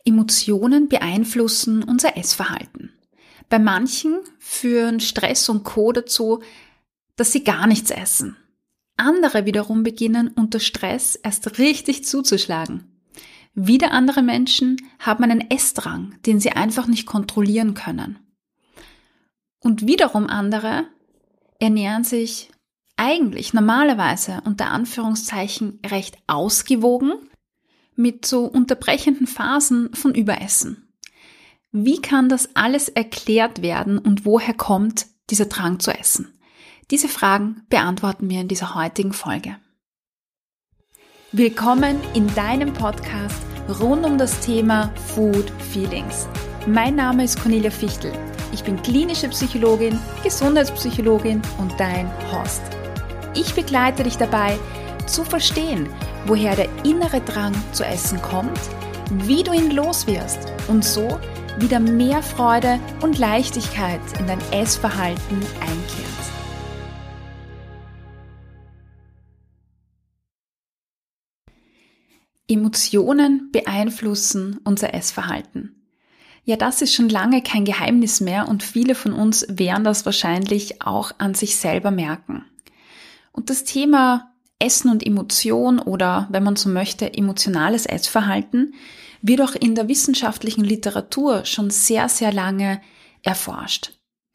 Emotionen beeinflussen unser Essverhalten. Bei manchen führen Stress und Co. dazu, dass sie gar nichts essen. Andere wiederum beginnen unter Stress erst richtig zuzuschlagen. Wieder andere Menschen haben einen Essdrang, den sie einfach nicht kontrollieren können. Und wiederum andere ernähren sich eigentlich normalerweise unter Anführungszeichen recht ausgewogen mit so unterbrechenden Phasen von Überessen. Wie kann das alles erklärt werden und woher kommt dieser Drang zu essen? Diese Fragen beantworten wir in dieser heutigen Folge. Willkommen in deinem Podcast rund um das Thema Food Feelings. Mein Name ist Cornelia Fichtel. Ich bin klinische Psychologin, Gesundheitspsychologin und dein Host. Ich begleite dich dabei, zu verstehen, woher der innere Drang zu essen kommt, wie du ihn loswirst und so wieder mehr Freude und Leichtigkeit in dein Essverhalten einkehrt. Emotionen beeinflussen unser Essverhalten. Ja, das ist schon lange kein Geheimnis mehr und viele von uns werden das wahrscheinlich auch an sich selber merken. Und das Thema Essen und Emotion oder, wenn man so möchte, emotionales Essverhalten wird auch in der wissenschaftlichen Literatur schon sehr, sehr lange erforscht.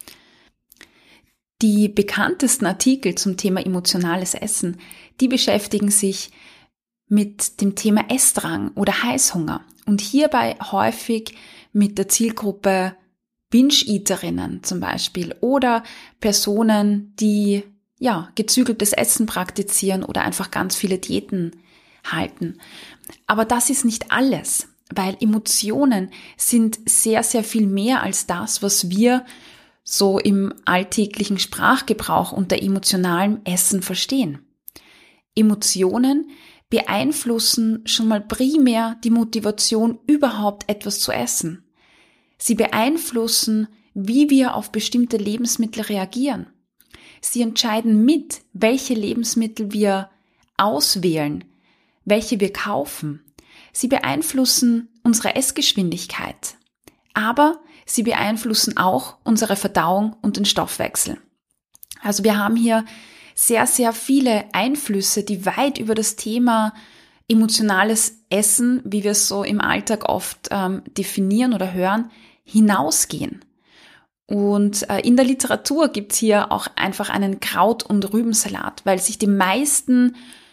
Die bekanntesten Artikel zum Thema emotionales Essen, die beschäftigen sich mit dem Thema Essdrang oder Heißhunger und hierbei häufig mit der Zielgruppe Binge-Eaterinnen zum Beispiel oder Personen, die gezügeltes Essen praktizieren oder einfach ganz viele Diäten halten. Aber das ist nicht alles, weil Emotionen sind sehr, sehr viel mehr als das, was wir so im alltäglichen Sprachgebrauch unter emotionalem Essen verstehen. Emotionen beeinflussen schon mal primär die Motivation, überhaupt etwas zu essen. Sie beeinflussen, wie wir auf bestimmte Lebensmittel reagieren. Sie entscheiden mit, welche Lebensmittel wir auswählen, welche wir kaufen. Sie beeinflussen unsere Essgeschwindigkeit, aber sie beeinflussen auch unsere Verdauung und den Stoffwechsel. Also wir haben hier sehr, sehr viele Einflüsse, die weit über das Thema emotionales Essen, wie wir es so im Alltag oft definieren oder hören, hinausgehen. Und in der Literatur gibt's hier auch einfach einen Kraut- und Rübensalat, weil sich die meisten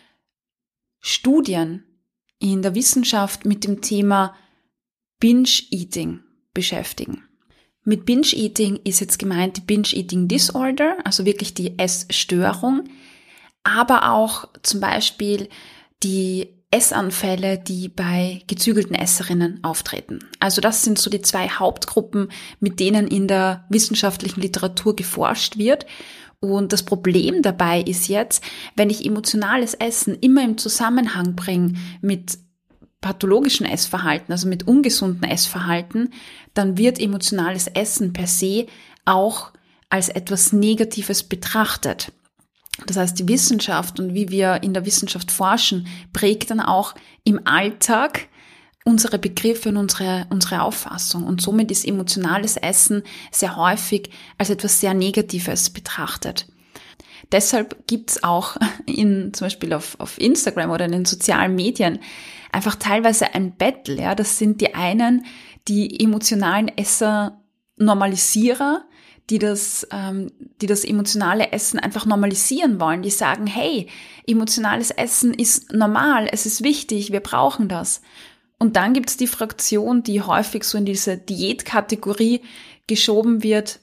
Studien in der Wissenschaft mit dem Thema Binge-Eating beschäftigen. Mit Binge-Eating ist jetzt gemeint die Binge-Eating-Disorder, also wirklich die Essstörung, aber auch zum Beispiel die Essanfälle, die bei gezügelten Esserinnen auftreten. Also das sind so die zwei Hauptgruppen, mit denen in der wissenschaftlichen Literatur geforscht wird. Und das Problem dabei ist jetzt, wenn ich emotionales Essen immer im Zusammenhang bringe mit pathologischen Essverhalten, also mit ungesunden Essverhalten, dann wird emotionales Essen per se auch als etwas Negatives betrachtet. Das heißt, die Wissenschaft und wie wir in der Wissenschaft forschen, prägt dann auch im Alltag unsere Begriffe und unsere Auffassung. Und somit ist emotionales Essen sehr häufig als etwas sehr Negatives betrachtet. Deshalb gibt's auch zum Beispiel auf Instagram oder in den sozialen Medien einfach teilweise ein Battle. Ja, das sind die einen, die emotionalen Esser Normalisierer, die das emotionale Essen einfach normalisieren wollen. Die sagen, hey, emotionales Essen ist normal, es ist wichtig, wir brauchen das. Und dann gibt's die Fraktion, die häufig so in diese Diätkategorie geschoben wird,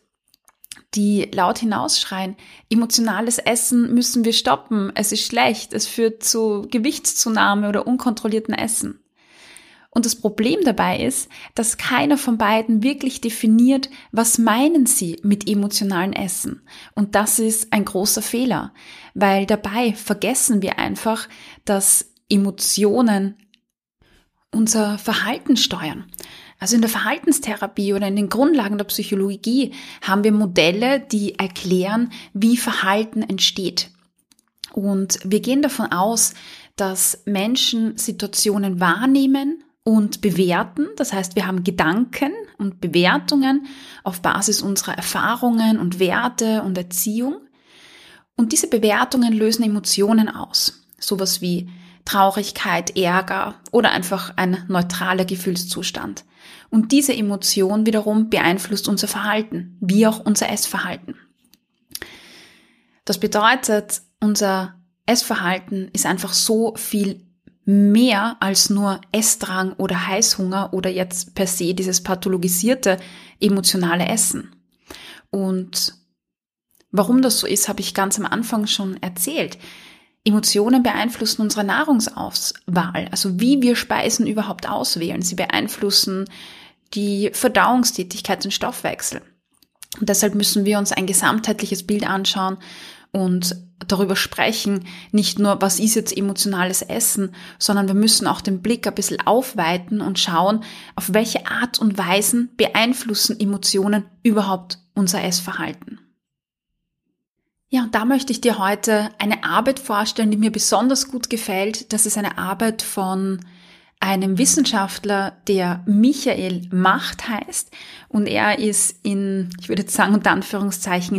die laut hinausschreien, emotionales Essen müssen wir stoppen, es ist schlecht, es führt zu Gewichtszunahme oder unkontrollierten Essen. Und das Problem dabei ist, dass keiner von beiden wirklich definiert, was meinen sie mit emotionalen Essen. Und das ist ein großer Fehler, weil dabei vergessen wir einfach, dass Emotionen unser Verhalten steuern. Also in der Verhaltenstherapie oder in den Grundlagen der Psychologie haben wir Modelle, die erklären, wie Verhalten entsteht. Und wir gehen davon aus, dass Menschen Situationen wahrnehmen, und bewerten. Das heißt, wir haben Gedanken und Bewertungen auf Basis unserer Erfahrungen und Werte und Erziehung. Und diese Bewertungen lösen Emotionen aus. Sowas wie Traurigkeit, Ärger oder einfach ein neutraler Gefühlszustand. Und diese Emotion wiederum beeinflusst unser Verhalten, wie auch unser Essverhalten. Das bedeutet, unser Essverhalten ist einfach so viel mehr als nur Essdrang oder Heißhunger oder jetzt per se dieses pathologisierte emotionale Essen. Und warum das so ist, habe ich ganz am Anfang schon erzählt. Emotionen beeinflussen unsere Nahrungsauswahl, also wie wir Speisen überhaupt auswählen. Sie beeinflussen die Verdauungstätigkeit, den Stoffwechsel. Und deshalb müssen wir uns ein gesamtheitliches Bild anschauen und darüber sprechen, nicht nur, was ist jetzt emotionales Essen, sondern wir müssen auch den Blick ein bisschen aufweiten und schauen, auf welche Art und Weisen beeinflussen Emotionen überhaupt unser Essverhalten. Ja, und da möchte ich dir heute eine Arbeit vorstellen, die mir besonders gut gefällt. Das ist eine Arbeit von einem Wissenschaftler, der Michael Macht heißt. Und er ist ich würde jetzt sagen, unter Anführungszeichen,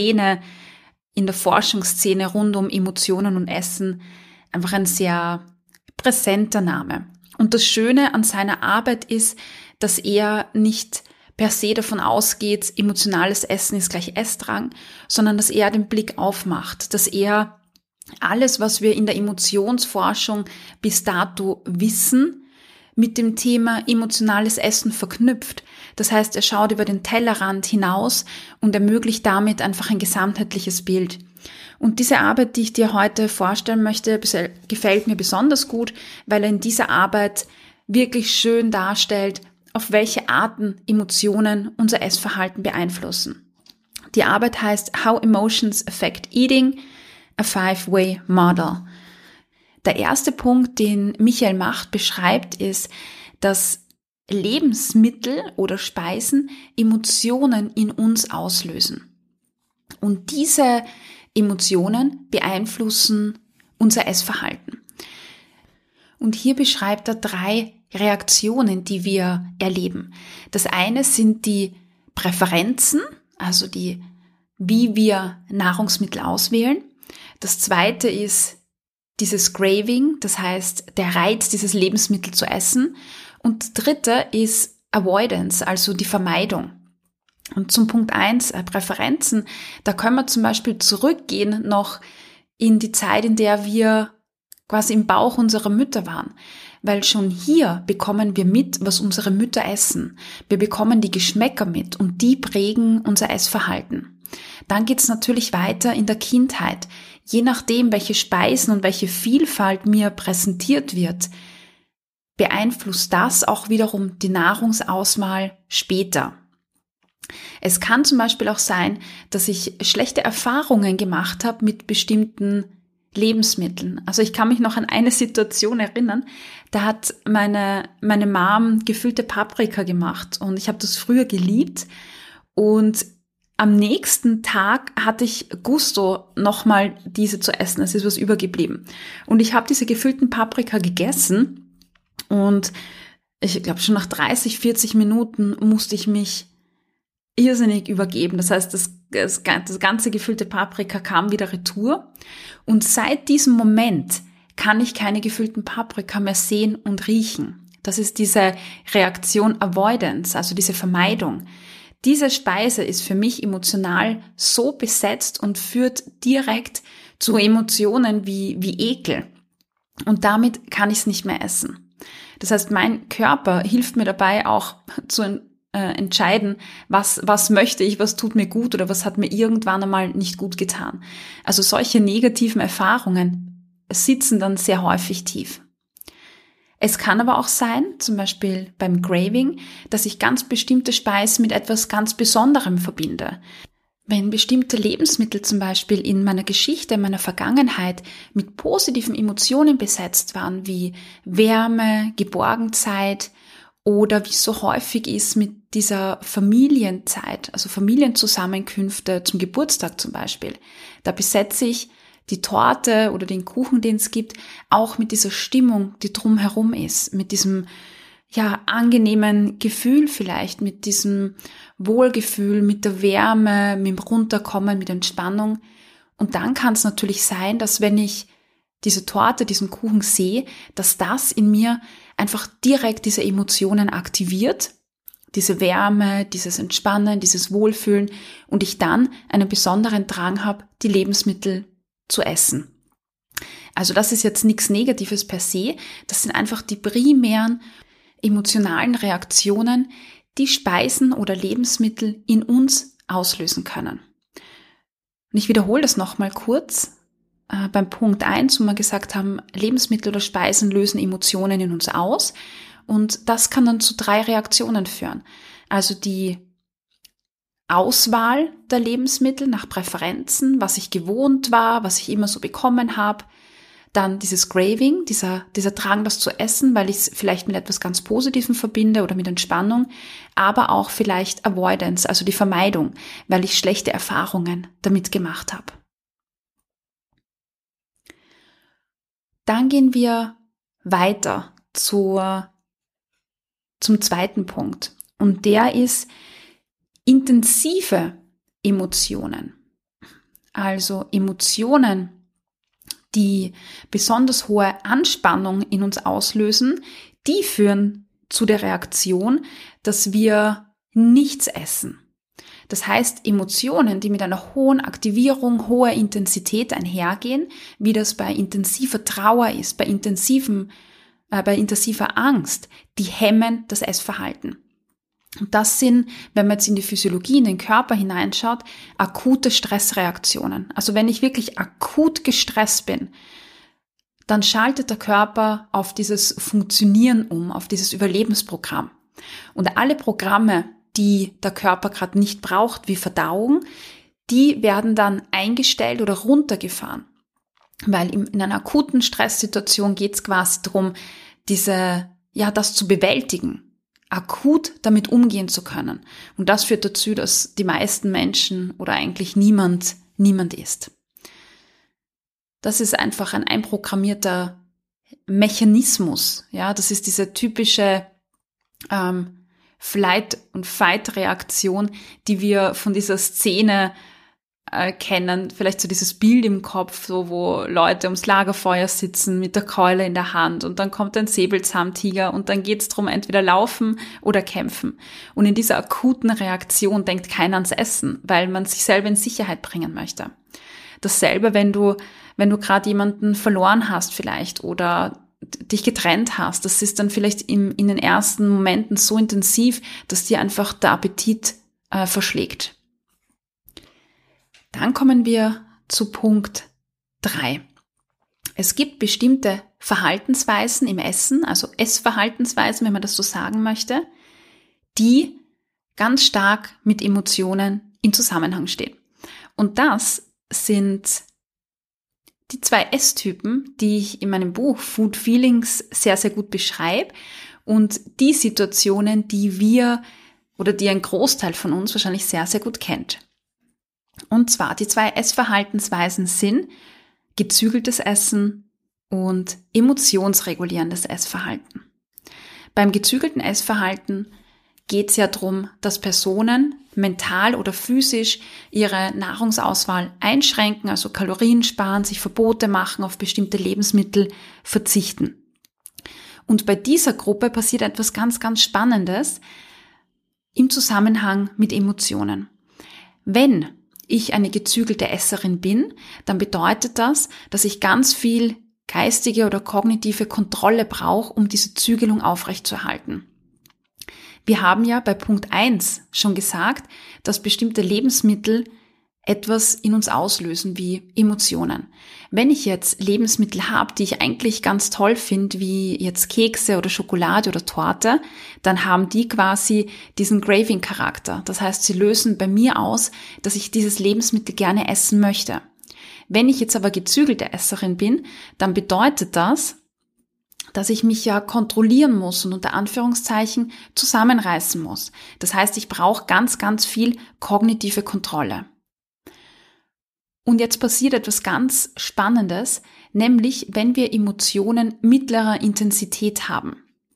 in der Forschungsszene rund um Emotionen und Essen einfach ein sehr präsenter Name. Und das Schöne an seiner Arbeit ist, dass er nicht per se davon ausgeht, emotionales Essen ist gleich Essdrang, sondern dass er den Blick aufmacht, dass er alles, was wir in der Emotionsforschung bis dato wissen, mit dem Thema emotionales Essen verknüpft. Das heißt, er schaut über den Tellerrand hinaus und ermöglicht damit einfach ein gesamtheitliches Bild. Und diese Arbeit, die ich dir heute vorstellen möchte, gefällt mir besonders gut, weil er in dieser Arbeit wirklich schön darstellt, auf welche Arten Emotionen unser Essverhalten beeinflussen. Die Arbeit heißt How Emotions Affect Eating, a Five-Way Model. Der erste Punkt, den Michael Macht beschreibt, ist, dass Lebensmittel oder Speisen Emotionen in uns auslösen. Und diese Emotionen beeinflussen unser Essverhalten. Und hier beschreibt er 3 Reaktionen, die wir erleben. Das eine sind die Präferenzen, also wie wir Nahrungsmittel auswählen. Das zweite ist dieses Craving, das heißt der Reiz, dieses Lebensmittel zu essen. Und das dritte ist Avoidance, also die Vermeidung. Und zum Punkt 1, Präferenzen, da können wir zum Beispiel zurückgehen noch in die Zeit, in der wir quasi im Bauch unserer Mütter waren. Weil schon hier bekommen wir mit, was unsere Mütter essen. Wir bekommen die Geschmäcker mit und die prägen unser Essverhalten. Dann geht's natürlich weiter in der Kindheit. Je nachdem, welche Speisen und welche Vielfalt mir präsentiert wird, beeinflusst das auch wiederum die Nahrungsauswahl später. Es kann zum Beispiel auch sein, dass ich schlechte Erfahrungen gemacht habe mit bestimmten Lebensmitteln. Also ich kann mich noch an eine Situation erinnern, da hat meine Mom gefüllte Paprika gemacht und ich habe das früher geliebt und am nächsten Tag hatte ich Gusto, nochmal diese zu essen. Es ist was übergeblieben. Und ich habe diese gefüllten Paprika gegessen und ich glaube schon nach 30, 40 Minuten musste ich mich irrsinnig übergeben. Das heißt, das ganze gefüllte Paprika kam wieder retour. Und seit diesem Moment kann ich keine gefüllten Paprika mehr sehen und riechen. Das ist diese Reaktion Avoidance, also diese Vermeidung. Diese Speise ist für mich emotional so besetzt und führt direkt zu Emotionen wie Ekel. Und damit kann ich es nicht mehr essen. Das heißt, mein Körper hilft mir dabei auch zu entscheiden, was möchte ich, was tut mir gut oder was hat mir irgendwann einmal nicht gut getan. Also solche negativen Erfahrungen sitzen dann sehr häufig tief. Es kann aber auch sein, zum Beispiel beim Craving, dass ich ganz bestimmte Speisen mit etwas ganz Besonderem verbinde. Wenn bestimmte Lebensmittel zum Beispiel in meiner Geschichte, in meiner Vergangenheit mit positiven Emotionen besetzt waren, wie Wärme, Geborgenheit oder wie es so häufig ist mit dieser Familienzeit, also Familienzusammenkünfte zum Geburtstag zum Beispiel, da besetze ich die Torte oder den Kuchen, den es gibt, auch mit dieser Stimmung, die drumherum ist, mit diesem angenehmen Gefühl vielleicht, mit diesem Wohlgefühl, mit der Wärme, mit dem Runterkommen, mit Entspannung. Und dann kann es natürlich sein, dass wenn ich diese Torte, diesen Kuchen sehe, dass das in mir einfach direkt diese Emotionen aktiviert, diese Wärme, dieses Entspannen, dieses Wohlfühlen und ich dann einen besonderen Drang habe, die Lebensmittel zu essen. Also das ist jetzt nichts Negatives per se, das sind einfach die primären emotionalen Reaktionen, die Speisen oder Lebensmittel in uns auslösen können. Und ich wiederhole das nochmal kurz. Beim Punkt 1, wo wir gesagt haben, Lebensmittel oder Speisen lösen Emotionen in uns aus. Und das kann dann zu 3 Reaktionen führen. Also die Auswahl der Lebensmittel nach Präferenzen, was ich gewohnt war, was ich immer so bekommen habe. Dann dieses Craving, dieser Drang, das zu essen, weil ich es vielleicht mit etwas ganz Positivem verbinde oder mit Entspannung, aber auch vielleicht Avoidance, also die Vermeidung, weil ich schlechte Erfahrungen damit gemacht habe. Dann gehen wir weiter zum zweiten Punkt. Und der ist intensive Emotionen. Also Emotionen, die besonders hohe Anspannung in uns auslösen, die führen zu der Reaktion, dass wir nichts essen. Das heißt, Emotionen, die mit einer hohen Aktivierung, hoher Intensität einhergehen, wie das bei intensiver Trauer ist, bei intensiver Angst, die hemmen das Essverhalten. Und das sind, wenn man jetzt in die Physiologie, in den Körper hineinschaut, akute Stressreaktionen. Also wenn ich wirklich akut gestresst bin, dann schaltet der Körper auf dieses Funktionieren um, auf dieses Überlebensprogramm. Und alle Programme, die der Körper gerade nicht braucht, wie Verdauung, die werden dann eingestellt oder runtergefahren. Weil in einer akuten Stresssituation geht es quasi darum, das zu bewältigen, akut damit umgehen zu können. Und das führt dazu, dass die meisten Menschen oder eigentlich niemand isst. Das ist einfach ein einprogrammierter Mechanismus. Ja, das ist diese typische Flight- und Fight-Reaktion, die wir von dieser Szene kennen. Vielleicht so dieses Bild im Kopf, so wo Leute ums Lagerfeuer sitzen mit der Keule in der Hand und dann kommt ein Säbelzahntiger und dann geht's drum, entweder laufen oder kämpfen. Und in dieser akuten Reaktion denkt keiner ans Essen, weil man sich selber in Sicherheit bringen möchte. Dasselbe, wenn du gerade jemanden verloren hast vielleicht oder dich getrennt hast, das ist dann vielleicht in den ersten Momenten so intensiv, dass dir einfach der Appetit verschlägt. Dann kommen wir zu Punkt 3. Es gibt bestimmte Verhaltensweisen im Essen, also Essverhaltensweisen, wenn man das so sagen möchte, die ganz stark mit Emotionen in Zusammenhang stehen. Und das sind die 2 Esstypen, die ich in meinem Buch Food Feelings sehr, sehr gut beschreibe und die Situationen, die wir oder die ein Großteil von uns wahrscheinlich sehr, sehr gut kennt. Und zwar die 2 Essverhaltensweisen sind gezügeltes Essen und emotionsregulierendes Essverhalten. Beim gezügelten Essverhalten geht es ja darum, dass Personen mental oder physisch ihre Nahrungsauswahl einschränken, also Kalorien sparen, sich Verbote machen, auf bestimmte Lebensmittel verzichten. Und bei dieser Gruppe passiert etwas ganz, ganz Spannendes im Zusammenhang mit Emotionen. Wenn ich eine gezügelte Esserin bin, dann bedeutet das, dass ich ganz viel geistige oder kognitive Kontrolle brauche, um diese Zügelung aufrechtzuerhalten. Wir haben ja bei Punkt 1 schon gesagt, dass bestimmte Lebensmittel etwas in uns auslösen, wie Emotionen. Wenn ich jetzt Lebensmittel habe, die ich eigentlich ganz toll finde, wie jetzt Kekse oder Schokolade oder Torte, dann haben die quasi diesen Craving-Charakter. Das heißt, sie lösen bei mir aus, dass ich dieses Lebensmittel gerne essen möchte. Wenn ich jetzt aber gezügelte Esserin bin, dann bedeutet das, dass ich mich ja kontrollieren muss und unter Anführungszeichen zusammenreißen muss. Das heißt, ich brauche ganz, ganz viel kognitive Kontrolle. Und jetzt passiert etwas ganz Spannendes, nämlich wenn wir Emotionen mittlerer Intensität haben.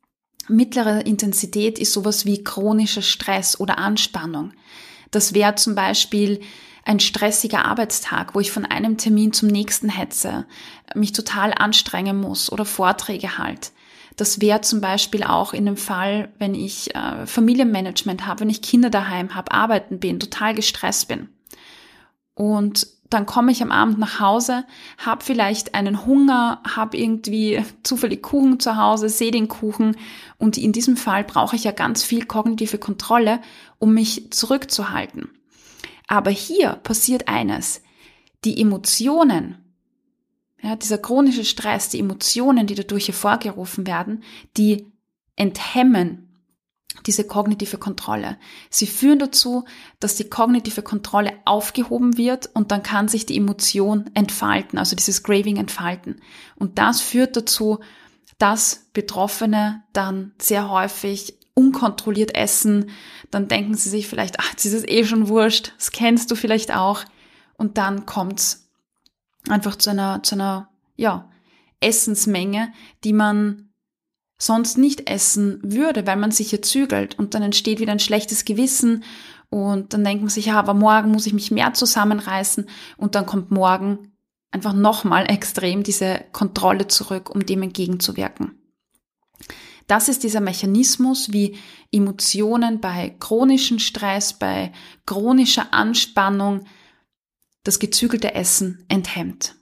Mittlere Intensität ist sowas wie chronischer Stress oder Anspannung. Das wäre zum Beispiel ein stressiger Arbeitstag, wo ich von einem Termin zum nächsten hetze, mich total anstrengen muss oder Vorträge halt. Das wäre zum Beispiel auch in dem Fall, wenn ich Familienmanagement habe, wenn ich Kinder daheim habe, arbeiten bin, total gestresst bin. Und dann komme ich am Abend nach Hause, habe vielleicht einen Hunger, habe irgendwie zufällig Kuchen zu Hause, sehe den Kuchen und in diesem Fall brauche ich ja ganz viel kognitive Kontrolle, um mich zurückzuhalten. Aber hier passiert eines: Die Emotionen, ja, dieser chronische Stress, die Emotionen, die dadurch hervorgerufen werden, die enthemmen diese kognitive Kontrolle. Sie führen dazu, dass die kognitive Kontrolle aufgehoben wird und dann kann sich die Emotion entfalten, also dieses Craving entfalten. Und das führt dazu, dass Betroffene dann sehr häufig unkontrolliert essen. Dann denken sie sich vielleicht, ach, jetzt ist es eh schon wurscht, das kennst du vielleicht auch. Und dann kommt's einfach zu einer Essensmenge, die man sonst nicht essen würde, weil man sich hier zügelt und dann entsteht wieder ein schlechtes Gewissen und dann denkt man sich, ja, aber morgen muss ich mich mehr zusammenreißen und dann kommt morgen einfach nochmal extrem diese Kontrolle zurück, um dem entgegenzuwirken. Das ist dieser Mechanismus, wie Emotionen bei chronischem Stress, bei chronischer Anspannung das gezügelte Essen enthemmt.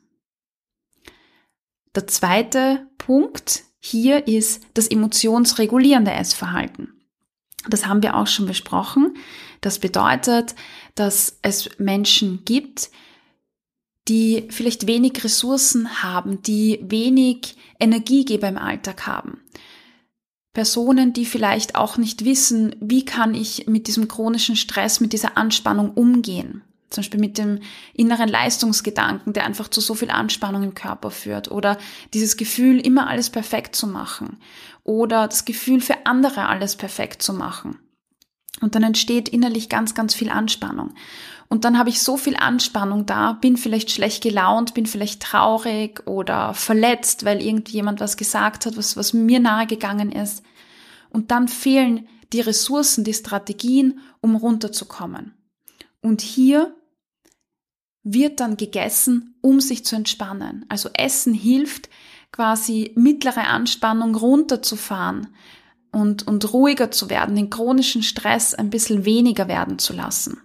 Der zweite Punkt hier ist das emotionsregulierende Essverhalten. Das haben wir auch schon besprochen. Das bedeutet, dass es Menschen gibt, die vielleicht wenig Ressourcen haben, die wenig Energiegeber im Alltag haben. Personen, die vielleicht auch nicht wissen, wie kann ich mit diesem chronischen Stress, mit dieser Anspannung umgehen. Zum Beispiel mit dem inneren Leistungsgedanken, der einfach zu so viel Anspannung im Körper führt. Oder dieses Gefühl, immer alles perfekt zu machen. Oder das Gefühl, für andere alles perfekt zu machen. Und dann entsteht innerlich ganz, ganz viel Anspannung. Und dann habe ich so viel Anspannung da, bin vielleicht schlecht gelaunt, bin vielleicht traurig oder verletzt, weil irgendjemand was gesagt hat, was mir nahegegangen ist. Und dann fehlen die Ressourcen, die Strategien, um runterzukommen. Und hier wird dann gegessen, um sich zu entspannen. Also Essen hilft quasi mittlere Anspannung runterzufahren und ruhiger zu werden, den chronischen Stress ein bisschen weniger werden zu lassen.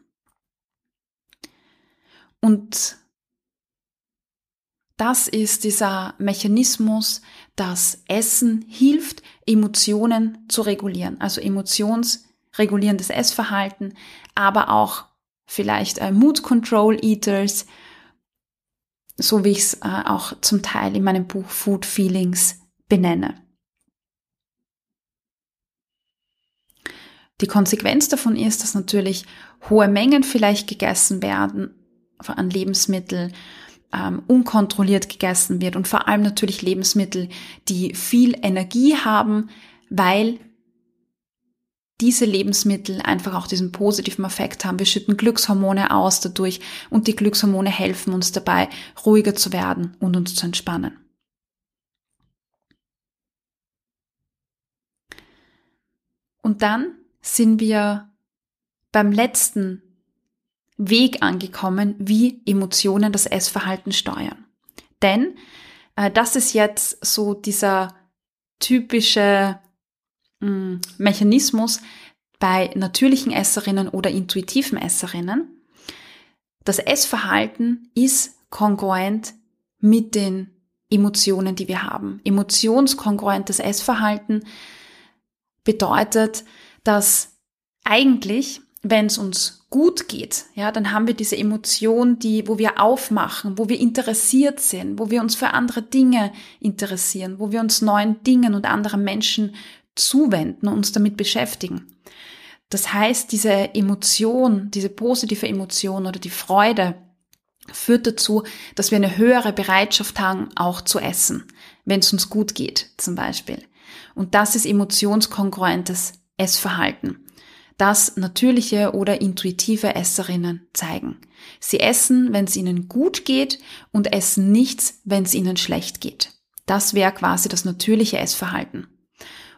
Und das ist dieser Mechanismus, dass Essen hilft, Emotionen zu regulieren. Also emotionsregulierendes Essverhalten, aber auch vielleicht Mood Control Eaters, so wie ich es auch zum Teil in meinem Buch Food Feelings benenne. Die Konsequenz davon ist, dass natürlich hohe Mengen vielleicht gegessen werden an Lebensmitteln, unkontrolliert gegessen wird und vor allem natürlich Lebensmittel, die viel Energie haben, weil diese Lebensmittel einfach auch diesen positiven Effekt haben. Wir schütten Glückshormone aus dadurch und die Glückshormone helfen uns dabei, ruhiger zu werden und uns zu entspannen. Und dann sind wir beim letzten Weg angekommen, wie Emotionen das Essverhalten steuern. Denn das ist jetzt so dieser typische Mechanismus bei natürlichen Esserinnen oder intuitiven Esserinnen. Das Essverhalten ist kongruent mit den Emotionen, die wir haben. Emotionskongruentes Essverhalten bedeutet, dass eigentlich, wenn es uns gut geht, ja, dann haben wir diese Emotion, wo wir aufmachen, wo wir interessiert sind, wo wir uns für andere Dinge interessieren, wo wir uns neuen Dingen und anderen Menschen zuwenden und uns damit beschäftigen. Das heißt, diese Emotion, diese positive Emotion oder die Freude führt dazu, dass wir eine höhere Bereitschaft haben, auch zu essen, wenn es uns gut geht, zum Beispiel. Und das ist emotionskongruentes Essverhalten, das natürliche oder intuitive Esserinnen zeigen. Sie essen, wenn es ihnen gut geht und essen nichts, wenn es ihnen schlecht geht. Das wäre quasi das natürliche Essverhalten.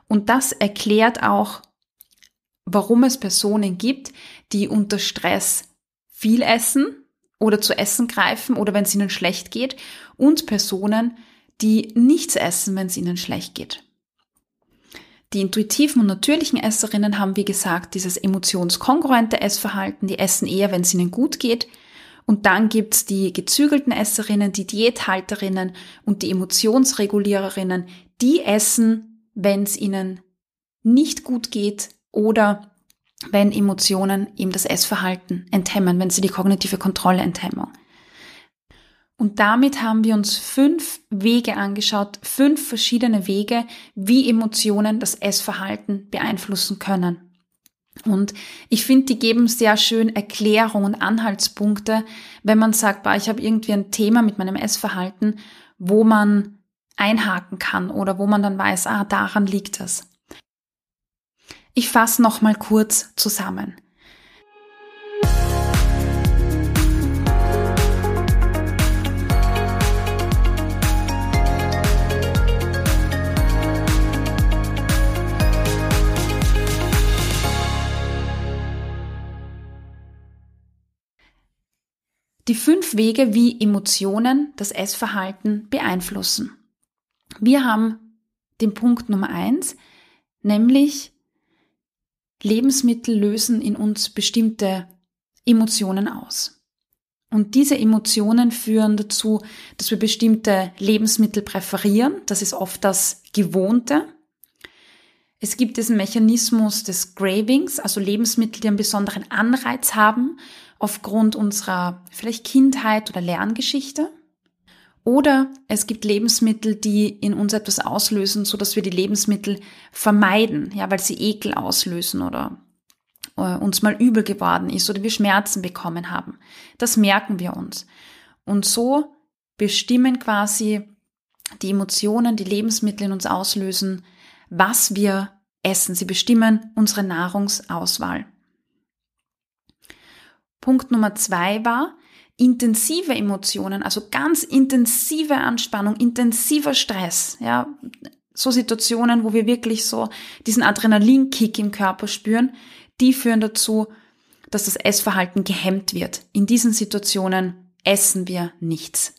Und das erklärt auch, warum es Personen gibt, die unter Stress viel essen oder zu essen greifen oder wenn es ihnen schlecht geht, und Personen, die nichts essen, wenn es ihnen schlecht geht. Die intuitiven und natürlichen Esserinnen haben, wie gesagt, dieses emotionskongruente Essverhalten, die essen eher, wenn es ihnen gut geht. Und dann gibt's die gezügelten Esserinnen, die Diäthalterinnen und die Emotionsreguliererinnen, die essen, wenn es ihnen nicht gut geht oder wenn Emotionen eben das Essverhalten enthemmen, wenn sie die kognitive Kontrolle enthemmen. Und damit haben wir uns 5 Wege angeschaut, 5 verschiedene Wege, wie Emotionen das Essverhalten beeinflussen können. Und ich finde, die geben sehr schön Erklärungen und Anhaltspunkte, wenn man sagt, ich habe irgendwie ein Thema mit meinem Essverhalten, wo man einhaken kann oder wo man dann weiß, daran liegt es. Ich fasse nochmal kurz zusammen. Die 5 Wege, wie Emotionen das Essverhalten beeinflussen. Wir haben den Punkt Nummer 1, nämlich Lebensmittel lösen in uns bestimmte Emotionen aus. Und diese Emotionen führen dazu, dass wir bestimmte Lebensmittel präferieren. Das ist oft das Gewohnte. Es gibt diesen Mechanismus des Cravings, also Lebensmittel, die einen besonderen Anreiz haben, aufgrund unserer vielleicht Kindheit oder Lerngeschichte. Oder es gibt Lebensmittel, die in uns etwas auslösen, so dass wir die Lebensmittel vermeiden, weil sie Ekel auslösen oder uns mal übel geworden ist oder wir Schmerzen bekommen haben. Das merken wir uns. Und so bestimmen quasi die Emotionen, die Lebensmittel in uns auslösen, was wir essen. Sie bestimmen unsere Nahrungsauswahl. Punkt Nummer 2 war, intensive Emotionen, also ganz intensive Anspannung, intensiver Stress, so Situationen, wo wir wirklich so diesen Adrenalinkick im Körper spüren, die führen dazu, dass das Essverhalten gehemmt wird. In diesen Situationen essen wir nichts.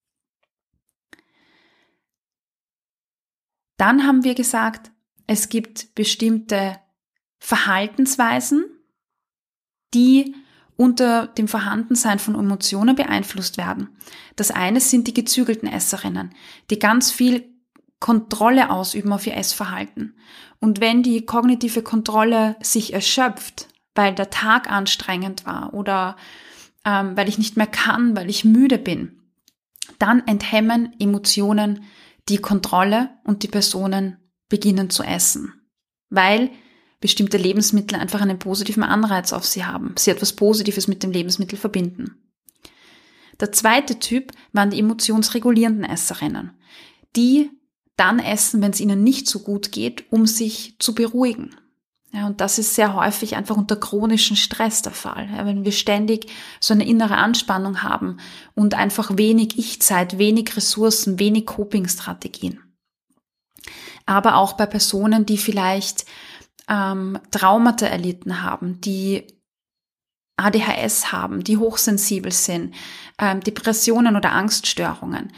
Dann haben wir gesagt, es gibt bestimmte Verhaltensweisen, die unter dem Vorhandensein von Emotionen beeinflusst werden. Das eine sind die gezügelten Esserinnen, die ganz viel Kontrolle ausüben auf ihr Essverhalten. Und wenn die kognitive Kontrolle sich erschöpft, weil der Tag anstrengend war oder weil ich nicht mehr kann, weil ich müde bin, dann enthemmen Emotionen die Kontrolle und die Personen beginnen zu essen, weil bestimmte Lebensmittel einfach einen positiven Anreiz auf sie haben, sie etwas Positives mit dem Lebensmittel verbinden. Der zweite Typ waren die emotionsregulierenden Esserinnen, die dann essen, wenn es ihnen nicht so gut geht, um sich zu beruhigen. Und das ist sehr häufig einfach unter chronischem Stress der Fall. Wenn wir ständig so eine innere Anspannung haben und einfach wenig Ich-Zeit, wenig Ressourcen, wenig Coping-Strategien. Aber auch bei Personen, die vielleicht Traumata erlitten haben, die ADHS haben, die hochsensibel sind, Depressionen oder Angststörungen.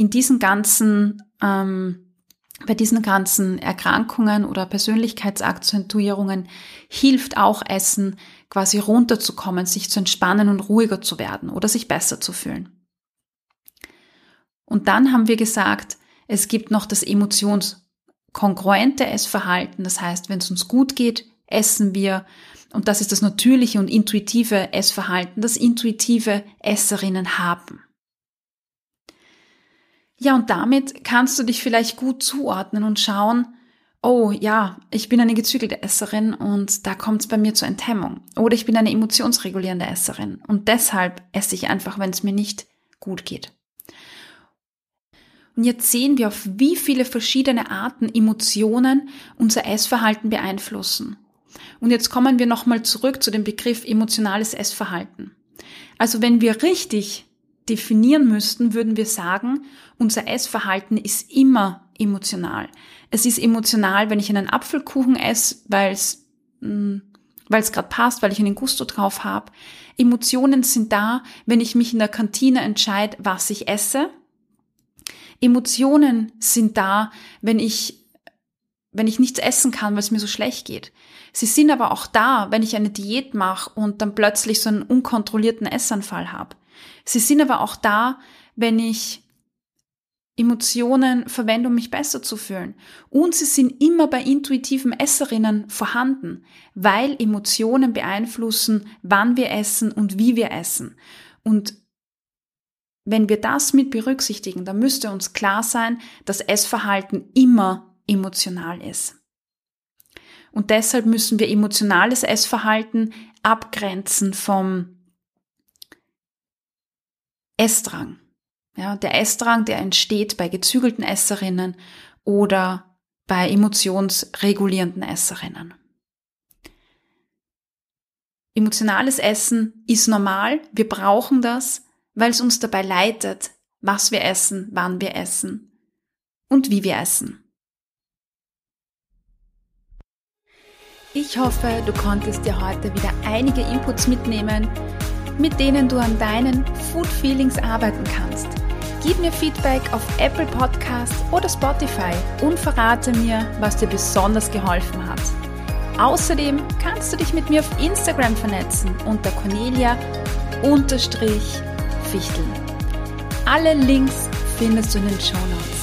Bei diesen ganzen Erkrankungen oder Persönlichkeitsakzentuierungen hilft auch Essen, quasi runterzukommen, sich zu entspannen und ruhiger zu werden oder sich besser zu fühlen. Und dann haben wir gesagt, es gibt noch das emotionskongruente Essverhalten. Das heißt, wenn es uns gut geht, essen wir. Und das ist das natürliche und intuitive Essverhalten, das intuitive Esserinnen haben. Ja, und damit kannst du dich vielleicht gut zuordnen und schauen, oh ja, ich bin eine gezügelte Esserin und da kommt es bei mir zur Enthemmung. Oder ich bin eine emotionsregulierende Esserin und deshalb esse ich einfach, wenn es mir nicht gut geht. Und jetzt sehen wir, auf wie viele verschiedene Arten Emotionen unser Essverhalten beeinflussen. Und jetzt kommen wir nochmal zurück zu dem Begriff emotionales Essverhalten. Also wenn wir richtig definieren müssten, würden wir sagen, unser Essverhalten ist immer emotional. Es ist emotional, wenn ich einen Apfelkuchen esse, weil es gerade passt, weil ich einen Gusto drauf habe. Emotionen sind da, wenn ich mich in der Kantine entscheide, was ich esse. Emotionen sind da, wenn ich nichts essen kann, weil es mir so schlecht geht. Sie sind aber auch da, wenn ich eine Diät mache und dann plötzlich so einen unkontrollierten Essanfall habe. Sie sind aber auch da, wenn ich Emotionen verwende, um mich besser zu fühlen. Und sie sind immer bei intuitiven Esserinnen vorhanden, weil Emotionen beeinflussen, wann wir essen und wie wir essen. Und wenn wir das mit berücksichtigen, dann müsste uns klar sein, dass Essverhalten immer emotional ist. Und deshalb müssen wir emotionales Essverhalten abgrenzen vom Essdrang. Ja, der Essdrang, der entsteht bei gezügelten Esserinnen oder bei emotionsregulierenden Esserinnen. Emotionales Essen ist normal, wir brauchen das, weil es uns dabei leitet, was wir essen, wann wir essen und wie wir essen. Ich hoffe, du konntest dir heute wieder einige Inputs mitnehmen, mit denen du an deinen Food Feelings arbeiten kannst. Gib mir Feedback auf Apple Podcast oder Spotify und verrate mir, was dir besonders geholfen hat. Außerdem kannst du dich mit mir auf Instagram vernetzen unter Cornelia_Fichteln. Alle Links findest du in den Shownotes.